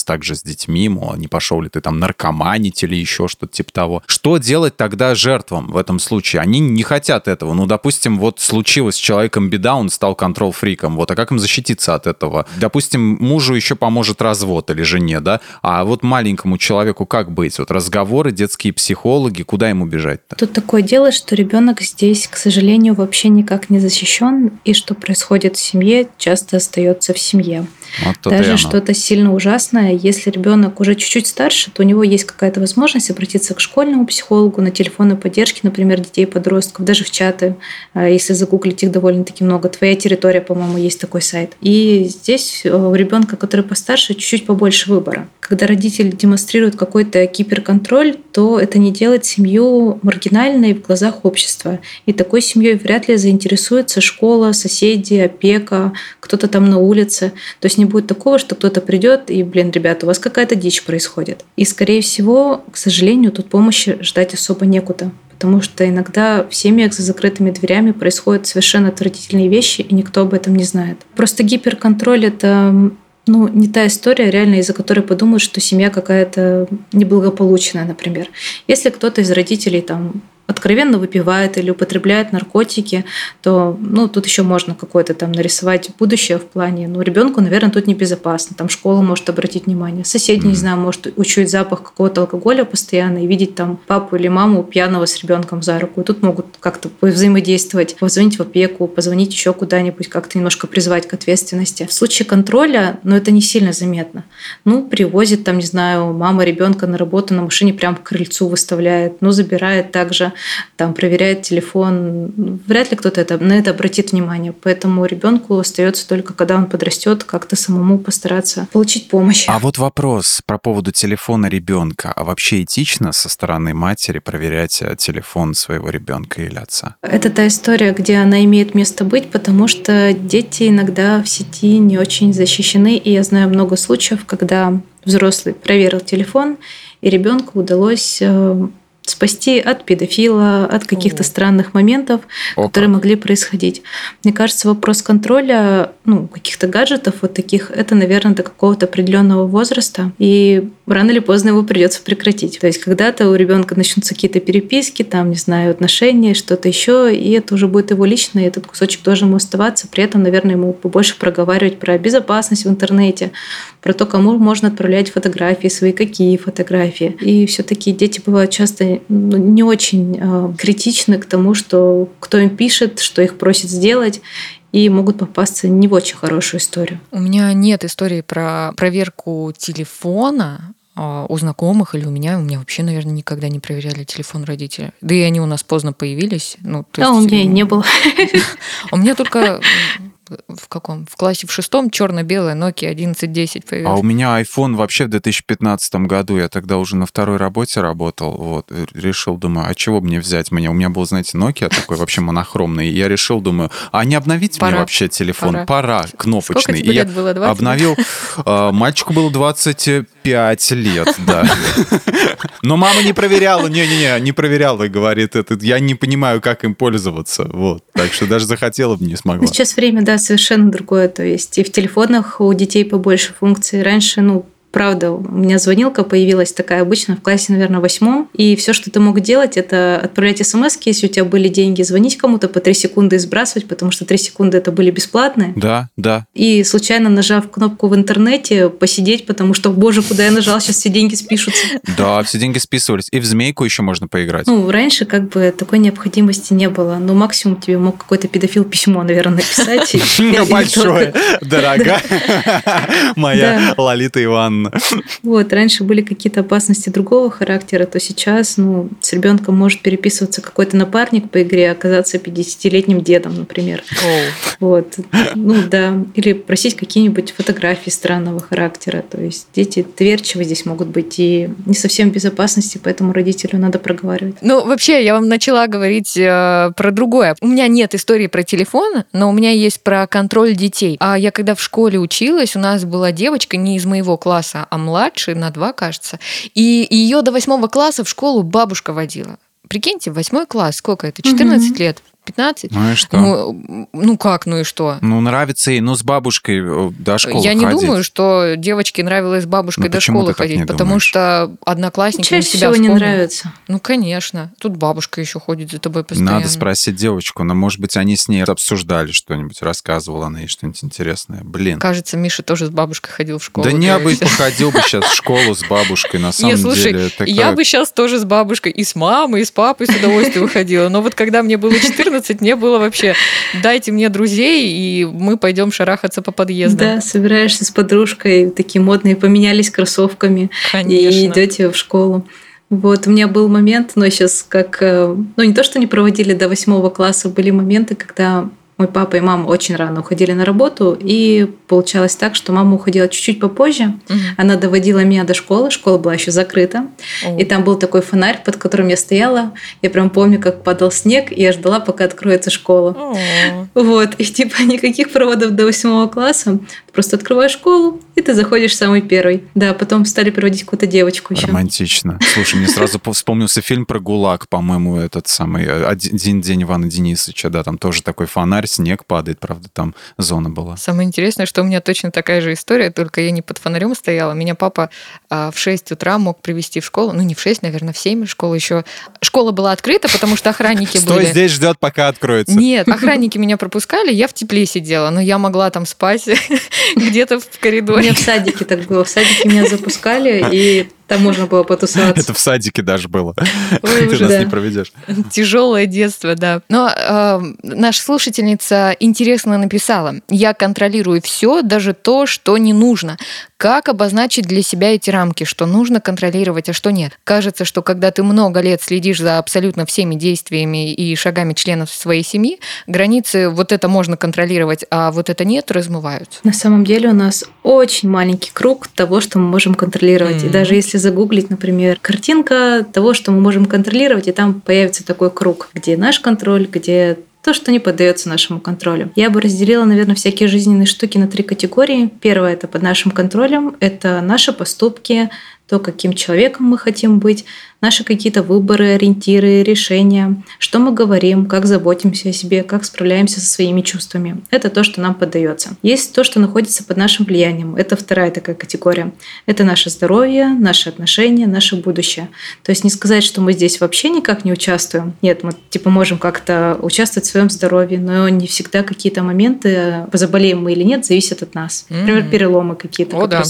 общаться также с детьми, мол, не пошел ли ты там наркоманить или еще что-то типа того. Что делать тогда жертвам в этом случае? Они не хотят этого. Ну, допустим, вот случилось с человеком беда, он стал контрол-фриком. Вот, а как им защититься от этого? Допустим, мужу еще поможет развод или жене, да? А вот маленькому человеку как быть? Вот разговоры, детские психологи, куда ему бежать-то? Тут такое дело, что ребенок здесь, к сожалению, вообще никак не защищен, и что происходит в семье, часто остается в семье. Вот Даже что-то сильно ужасное, если ребенок уже чуть-чуть старше, то у него есть какая-то возможность обратиться к школьному психологу на телефонной поддержке, например, детей и подростков, даже в чаты, если загуглить их довольно-таки много. «Твоя территория», по-моему, есть такой сайт. И здесь у ребенка, который постарше, чуть-чуть побольше выбора. Когда родитель демонстрирует какой-то гиперконтроль, то это не делает семью маргинальной в глазах общества. И такой семьей вряд ли заинтересуется школа, соседи, опека, кто-то там на улице. То есть не будет такого, что кто-то придет и, ребята, у вас какая-то дичь происходит. И, скорее всего, к сожалению, тут помощи ждать особо некуда. Потому что иногда в семьях за закрытыми дверями происходят совершенно отвратительные вещи, и никто об этом не знает. Просто гиперконтроль — это не та история, реально, из-за которой подумают, что семья какая-то неблагополучная, например. Если кто-то из родителей там откровенно выпивает или употребляет наркотики, то тут еще можно какое-то там нарисовать будущее в плане. Ребенку, наверное, тут небезопасно. Там школа может обратить внимание. Соседи, не знаю, может учуять запах какого-то алкоголя постоянно и видеть там папу или маму пьяного с ребенком за руку. И тут могут как-то взаимодействовать, позвонить в опеку, позвонить еще куда-нибудь, как-то немножко призвать к ответственности. В случае контроля, это не сильно заметно. Привозит там, не знаю, мама ребенка на работу на машине прямо к крыльцу выставляет, забирает также, там проверяет телефон. Вряд ли кто-то на это обратит внимание. Поэтому ребенку остается только, когда он подрастет, как-то самому постараться получить помощь. А вот вопрос по поводу телефона ребенка. А вообще этично со стороны матери проверять телефон своего ребенка или отца? Это та история, где она имеет место быть, потому что дети иногда в сети не очень защищены. И я знаю много случаев, когда взрослый проверил телефон, и ребенку удалось спасти от педофила, от каких-то странных моментов, которые могли происходить. Мне кажется, вопрос контроля, каких-то гаджетов вот таких, это, наверное, до какого-то определенного возраста, и рано или поздно его придется прекратить. То есть когда-то у ребенка начнутся какие-то переписки, там, не знаю, отношения, что-то еще, и это уже будет его личное, и этот кусочек должен ему оставаться. При этом, наверное, ему побольше проговаривать про безопасность в интернете, про то, кому можно отправлять фотографии свои, какие фотографии. И все-таки дети бывают часто не очень критичны к тому, что кто им пишет, что их просит сделать, и могут попасться не в очень хорошую историю. У меня нет истории про проверку телефона у знакомых или у меня вообще, наверное, никогда не проверяли телефон родителя. Да и они у нас поздно появились. У меня и не было. У меня только в классе в 6 черно-белая Nokia 1110 появилась. А у меня iPhone вообще в 2015 году. Я тогда уже на второй работе работал. Решил, думаю, а чего мне взять? У меня был, знаете, Nokia такой вообще монохромный. И я решил, думаю, а не обновить мне вообще телефон? Пора, кнопочный. Сколько тебе лет было? 20? Обновил. Мальчику было 25 лет, да. Но мама не проверяла. Не проверяла, говорит. Я не понимаю, как им пользоваться. Так что даже захотела бы, не смогла. Сейчас время, совершенно другое. То есть и в телефонах у детей побольше функций. Раньше, правда, у меня звонилка появилась такая обычно в классе, наверное, 8. И все, что ты мог делать, это отправлять смс-ки, если у тебя были деньги, звонить кому-то по 3 секунды и сбрасывать, потому что 3 секунды это были бесплатные. Да. И случайно нажав кнопку в интернете, посидеть, потому что, боже, куда я нажал, сейчас все деньги спишутся. Да, все деньги списывались. И в змейку еще можно поиграть. Раньше такой необходимости не было. Максимум тебе мог какой-то педофил письмо, наверное, написать. Большое, дорогая моя Лолита Ивановна. Раньше были какие-то опасности другого характера, то сейчас с ребенком может переписываться какой-то напарник по игре, оказаться 50-летним дедом, например. Да. Или просить какие-нибудь фотографии странного характера. То есть дети доверчивы здесь могут быть и не совсем в безопасности, поэтому родителю надо проговаривать. Вообще, я вам начала говорить про другое. У меня нет истории про телефон, но у меня есть про контроль детей. А я когда в школе училась, у нас была девочка не из моего класса, а младше, на 2, кажется. И ее до 8 класса в школу бабушка водила. Прикиньте, 8 класс, сколько это? 14 лет. 15. Ну и что? Ну как, ну и что? Ну, нравится ей, с бабушкой до школы Я ходить. не думаю, что девочке нравилось с бабушкой до почему школы ты так не ходить, потому думаешь? что одноклассники Чаще себя всего не вспомнят. нравится. Ну, конечно. Тут бабушка еще ходит за тобой постоянно. Надо спросить девочку, но, может быть, они с ней обсуждали что-нибудь, рассказывала она ей что-нибудь интересное. Блин. Кажется, Миша тоже с бабушкой ходил в школу. Да не, то я бы есть. походил бы сейчас в школу с бабушкой, на самом слушай, деле. я бы сейчас тоже с бабушкой и с мамой, и с папой с удовольствием выходила. Но вот когда мне было 14, мне было вообще, дайте мне друзей, и мы пойдем шарахаться по подъездам. Да, собираешься с подружкой, такие модные, поменялись кроссовками. Конечно. И идете в школу. Вот, у меня был момент, но сейчас как... не то, что не проводили до 8 класса, были моменты, когда мой папа и мама очень рано уходили на работу, и получалось так, что мама уходила чуть-чуть попозже. Она доводила меня до школы, школа была еще закрыта, и там был такой фонарь, под которым я стояла. Я прям помню, как падал снег, и я ждала, пока откроется школа. Вот, и типа никаких проводов до 8 класса. Ты просто открываешь школу, и ты заходишь самый первый. Да, потом стали проводить какую-то девочку еще. Романтично. Слушай, мне сразу вспомнился фильм про ГУЛАГ, по-моему, этот самый «Один день Ивана Денисовича», да, там тоже такой фонарь, снег падает, правда, там зона была. Самое интересное, что у меня точно такая же история, только я не под фонарем стояла. Меня папа в 6 утра мог привезти в школу. Ну, не в 6, наверное, в 7. Школа была открыта, потому что охранники были. Стой здесь, ждет, пока откроется. Нет, охранники меня пропускали, я в тепле сидела, но я могла там спать где-то в У коридоре. меня в садике так было. В садике меня запускали, и там можно было потусоваться. Это в садике даже было. Ой, Ты ужас. нас не проведешь. Тяжелое детство, да. Но наша слушательница интересно написала: я контролирую все, даже то, что не нужно. Как обозначить для себя эти рамки, что нужно контролировать, а что нет? Кажется, что когда ты много лет следишь за абсолютно всеми действиями и шагами членов своей семьи, границы вот это можно контролировать, а вот это нет, размываются. На самом деле у нас очень маленький круг того, что мы можем контролировать. И даже если загуглить, например, картинка того, что мы можем контролировать, и там появится такой круг, где наш контроль, где то, что не поддается нашему контролю. Я бы разделила, наверное, всякие жизненные штуки на 3 категории. Первое — это под нашим контролем, это наши поступки, то, каким человеком мы хотим быть, наши какие-то выборы, ориентиры, решения, что мы говорим, как заботимся о себе, как справляемся со своими чувствами. Это то, что нам поддается. Есть то, что находится под нашим влиянием. Это вторая такая категория. Это наше здоровье, наши отношения, наше будущее. То есть не сказать, что мы здесь вообще никак не участвуем. Нет, мы можем как-то участвовать в своем здоровье, но не всегда какие-то моменты, заболеем мы или нет, зависят от нас. Например, переломы какие-то, которые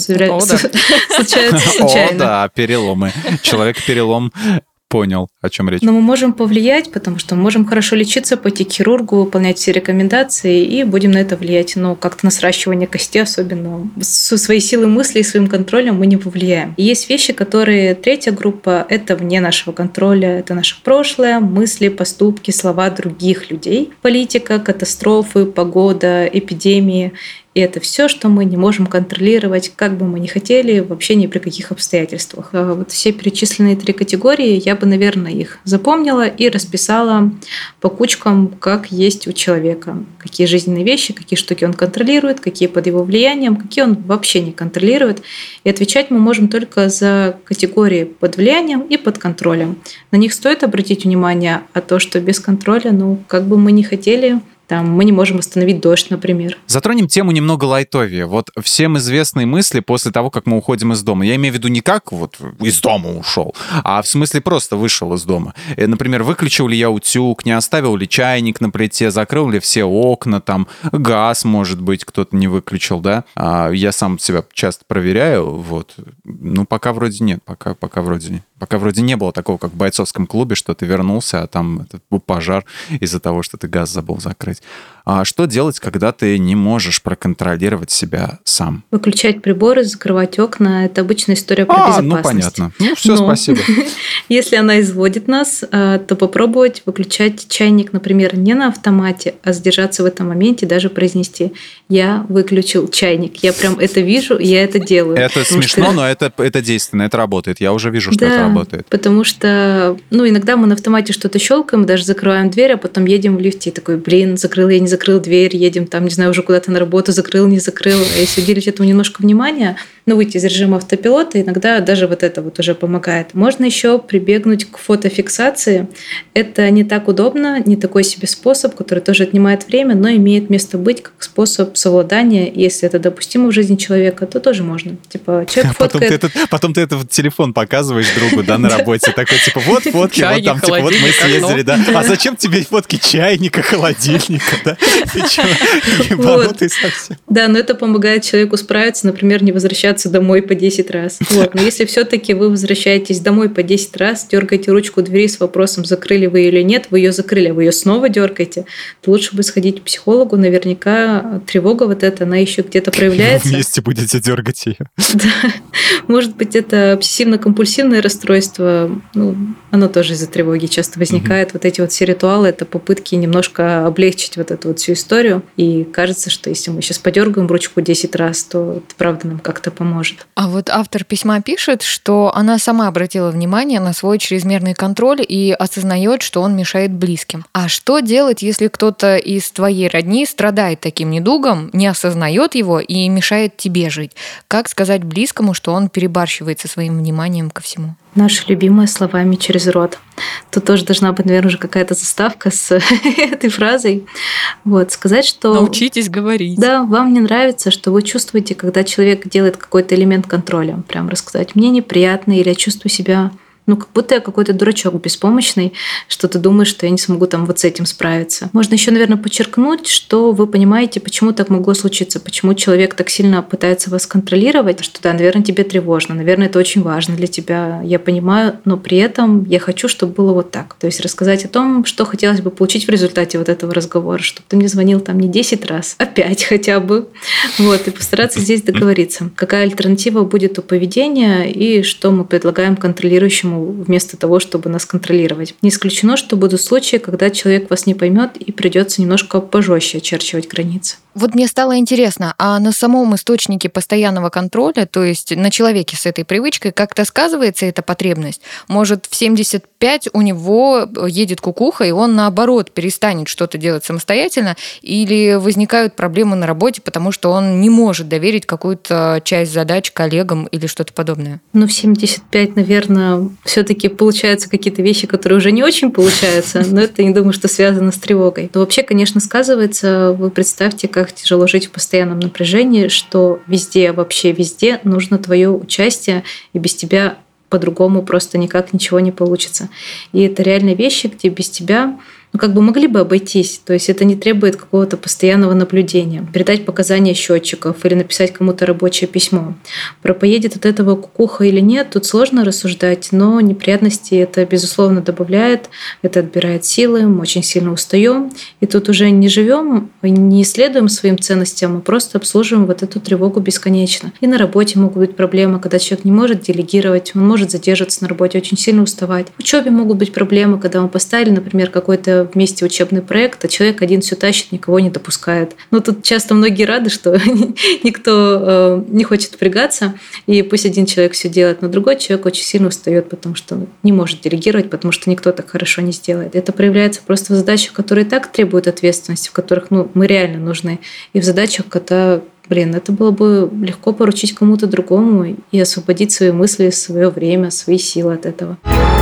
случаются случайно. О, да, переломы. Человек-перелом понял, о чем речь. Но мы можем повлиять, потому что мы можем хорошо лечиться, пойти к хирургу, выполнять все рекомендации, и будем на это влиять. Но как-то на сращивание кости особенно. Со своей силой мысли и своим контролем мы не повлияем. И есть вещи, которые... 3-я группа — это вне нашего контроля. Это наше прошлое, мысли, поступки, слова других людей. Политика, катастрофы, погода, эпидемии. И это все, что мы не можем контролировать, как бы мы ни хотели, вообще ни при каких обстоятельствах. Вот все перечисленные 3 категории, я бы, наверное, их запомнила и расписала по кучкам, как есть у человека. Какие жизненные вещи, какие штуки он контролирует, какие под его влиянием, какие он вообще не контролирует. И отвечать мы можем только за категории под влиянием и под контролем. На них стоит обратить внимание, а то, что без контроля, как бы мы ни хотели, мы не можем остановить дождь, например. Затронем тему немного лайтовее. Вот всем известные мысли после того, как мы уходим из дома. Я имею в виду не как вот из дома ушел, а в смысле просто вышел из дома. Например, выключил ли я утюг, не оставил ли чайник на плите, закрыл ли все окна, там газ, может быть, кто-то не выключил, да? Я сам себя часто проверяю, вот. Пока вроде нет, пока вроде не было такого, как в бойцовском клубе, что ты вернулся, а там пожар из-за того, что ты газ забыл закрыть. А что делать, когда ты не можешь проконтролировать себя сам? Выключать приборы, закрывать окна — это обычная история про безопасность. Понятно. Все, спасибо. Если она изводит нас, то попробовать выключать чайник, например, не на автомате, а задержаться в этом моменте, даже произнести: «Я выключил чайник». Я прям это вижу, я это делаю. Это смешно, но это действенно, это работает. Я уже вижу, что это работает. Потому что иногда мы на автомате что-то щелкаем, даже закрываем дверь, а потом едем в лифте и такой: закрыла я, не закрыл дверь, едем там, не знаю, уже куда-то на работу, закрыл, не закрыл. А если уделить этому немножко внимания, выйти из режима автопилота, иногда даже вот это вот уже помогает. Можно еще прибегнуть к фотофиксации. Это не так удобно, не такой себе способ, который тоже отнимает время, но имеет место быть как способ совладания. Если это допустимо в жизни человека, то тоже можно. Типа, человек фоткает... Потом ты этот телефон показываешь другу, да, на работе. Такой, типа, вот фотки, вот там, типа, вот мы съездили, да. А зачем тебе фотки чайника, холодильника, да? Ты что, ебанутый совсем? Да, но это помогает человеку справиться, например, не возвращаться домой по 10 раз. Но если все-таки вы возвращаетесь домой по 10 раз, дергаете ручку двери с вопросом, закрыли вы ее или нет, вы ее закрыли, а вы ее снова дергаете, то лучше бы сходить к психологу. Наверняка тревога вот эта, она еще где-то проявляется. Вы вместе будете дергать ее. Да. Может быть, это обсессивно-компульсивное расстройство. Оно тоже из-за тревоги часто возникает. Вот эти вот все ритуалы, это попытки немножко облегчить вот эту вот всю историю. И кажется, что если мы сейчас подергаем ручку 10 раз, то это правда нам как-то поможет. А вот автор письма пишет, что она сама обратила внимание на свой чрезмерный контроль и осознает, что он мешает близким. А что делать, если кто-то из твоей родни страдает таким недугом, не осознает его и мешает тебе жить? Как сказать близкому, что он перебарщивает со своим вниманием ко всему? Наши любимые словами через рот. Тут тоже должна быть, наверное, уже какая-то заставка с этой фразой. Сказать, что... Научитесь говорить. Да, вам не нравится, что вы чувствуете, когда человек делает какой-то элемент контроля. Прям рассказать, мне неприятно, или я чувствую себя... как будто я какой-то дурачок беспомощный, что ты думаешь, что я не смогу там вот с этим справиться. Можно еще, наверное, подчеркнуть, что вы понимаете, почему так могло случиться, почему человек так сильно пытается вас контролировать, что да, наверное, тебе тревожно, наверное, это очень важно для тебя, я понимаю, но при этом я хочу, чтобы было вот так. То есть рассказать о том, что хотелось бы получить в результате вот этого разговора, чтобы ты мне звонил там не 10 раз, а 5 хотя бы. И постараться здесь договориться. Какая альтернатива будет у поведения и что мы предлагаем контролирующему вместо того, чтобы нас контролировать. Не исключено, что будут случаи, когда человек вас не поймет и придется немножко пожестче очерчивать границы. Вот мне стало интересно, а на самом источнике постоянного контроля, то есть на человеке с этой привычкой, как-то сказывается эта потребность? Может, в 75 у него едет кукуха, и он, наоборот, перестанет что-то делать самостоятельно, или возникают проблемы на работе, потому что он не может доверить какую-то часть задач коллегам или что-то подобное? В 75, наверное, все-таки получаются какие-то вещи, которые уже не очень получаются, но это, не думаю, что связано с тревогой. Но вообще, конечно, сказывается. Вы представьте, как тяжело жить в постоянном напряжении, что везде, вообще везде нужно твое участие, и без тебя по-другому просто никак ничего не получится. И это реально вещи, где без тебя могли бы обойтись. То есть это не требует какого-то постоянного наблюдения. Передать показания счетчиков или написать кому-то рабочее письмо. Про поедет от этого кукуха или нет, тут сложно рассуждать, но неприятности это, безусловно, добавляет, это отбирает силы, мы очень сильно устаем. И тут уже не живем, не исследуем своим ценностям, а просто обслуживаем вот эту тревогу бесконечно. И на работе могут быть проблемы, когда человек не может делегировать, он может задерживаться на работе, очень сильно уставать. В учебе могут быть проблемы, когда мы поставили, например, какой-то вместе учебный проект, а человек один все тащит, никого не допускает. Тут часто многие рады, что никто не хочет впрягаться, и пусть один человек все делает, но другой человек очень сильно устает, потому что не может делегировать, потому что никто так хорошо не сделает. Это проявляется просто в задачах, которые и так требуют ответственности, в которых мы реально нужны, и в задачах, когда это было бы легко поручить кому-то другому и освободить свои мысли, свое время, свои силы от этого.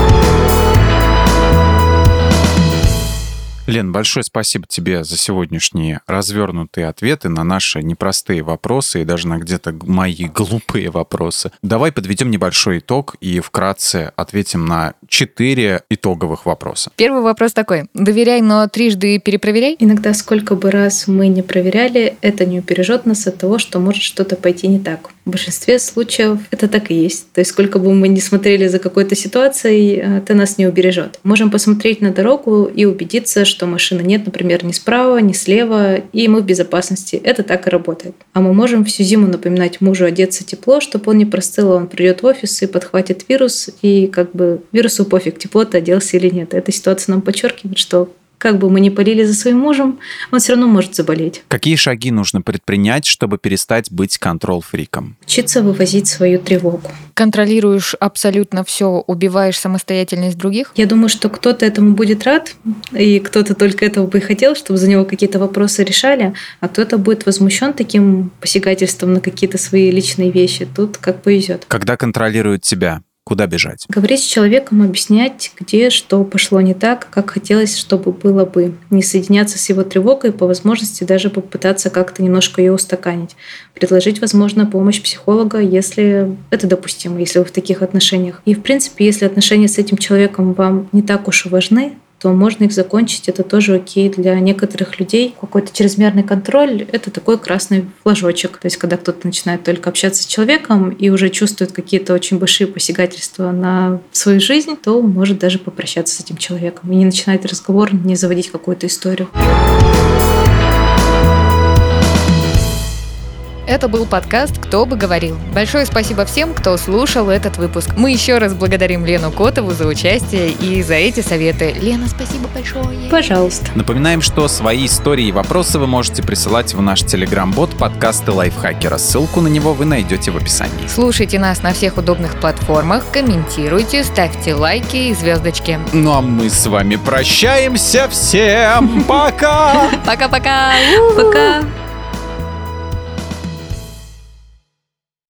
Лен, большое спасибо тебе за сегодняшние развернутые ответы на наши непростые вопросы и даже на где-то мои глупые вопросы. Давай подведем небольшой итог и вкратце ответим на 4 итоговых вопроса. Первый вопрос такой. Доверяй, но трижды перепроверяй? Иногда, сколько бы раз мы не проверяли, это не убережет нас от того, что может что-то пойти не так. В большинстве случаев это так и есть. То есть, сколько бы мы ни смотрели за какой-то ситуацией, это нас не убережет. Можем посмотреть на дорогу и убедиться, что машины нет, например, ни справа, ни слева, и мы в безопасности. Это так и работает. А мы можем всю зиму напоминать мужу одеться тепло, чтобы он не простыл, он придет в офис и подхватит вирус, и вирусу пофиг, тепло ты оделся или нет. Эта ситуация нам подчеркивает, что как бы мы ни полили за своим мужем, он все равно может заболеть. Какие шаги нужно предпринять, чтобы перестать быть контрол-фриком? Учиться вывозить свою тревогу. Контролируешь абсолютно все, убиваешь самостоятельность других? Я думаю, что кто-то этому будет рад, и кто-то только этого бы и хотел, чтобы за него какие-то вопросы решали, а кто-то будет возмущен таким посягательством на какие-то свои личные вещи. Тут как повезет. Когда контролируют тебя, куда бежать? Говорить с человеком, объяснять, где что пошло не так, как хотелось, чтобы было бы. Не соединяться с его тревогой, по возможности даже попытаться как-то немножко ее устаканить. Предложить, возможно, помощь психолога, если это допустимо, если вы в таких отношениях. И, в принципе, если отношения с этим человеком вам не так уж и важны, то можно их закончить, это тоже окей. Для некоторых людей какой-то чрезмерный контроль — это такой красный флажочек. То есть, когда кто-то начинает только общаться с человеком и уже чувствует какие-то очень большие посягательства на свою жизнь, то может даже попрощаться с этим человеком и не начинать разговор, не заводить какую-то историю. Это был подкаст «Кто бы говорил». Большое спасибо всем, кто слушал этот выпуск. Мы еще раз благодарим Лену Котову за участие и за эти советы. Лена, спасибо большое. Пожалуйста. Напоминаем, что свои истории и вопросы вы можете присылать в наш телеграм-бот подкасты Лайфхакера. Ссылку на него вы найдете в описании. Слушайте нас на всех удобных платформах, комментируйте, ставьте лайки и звездочки. Ну а мы с вами прощаемся. Всем пока! Пока-пока! Пока!